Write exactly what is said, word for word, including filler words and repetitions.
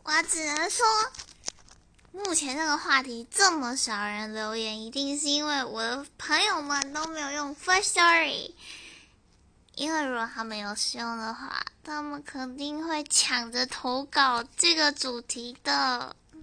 我只能说，目前这个话题这么少人留言，一定是因为我的朋友们都没有用 Firstory。因为如果他们有使用的话，他们肯定会抢着投稿这个主题的。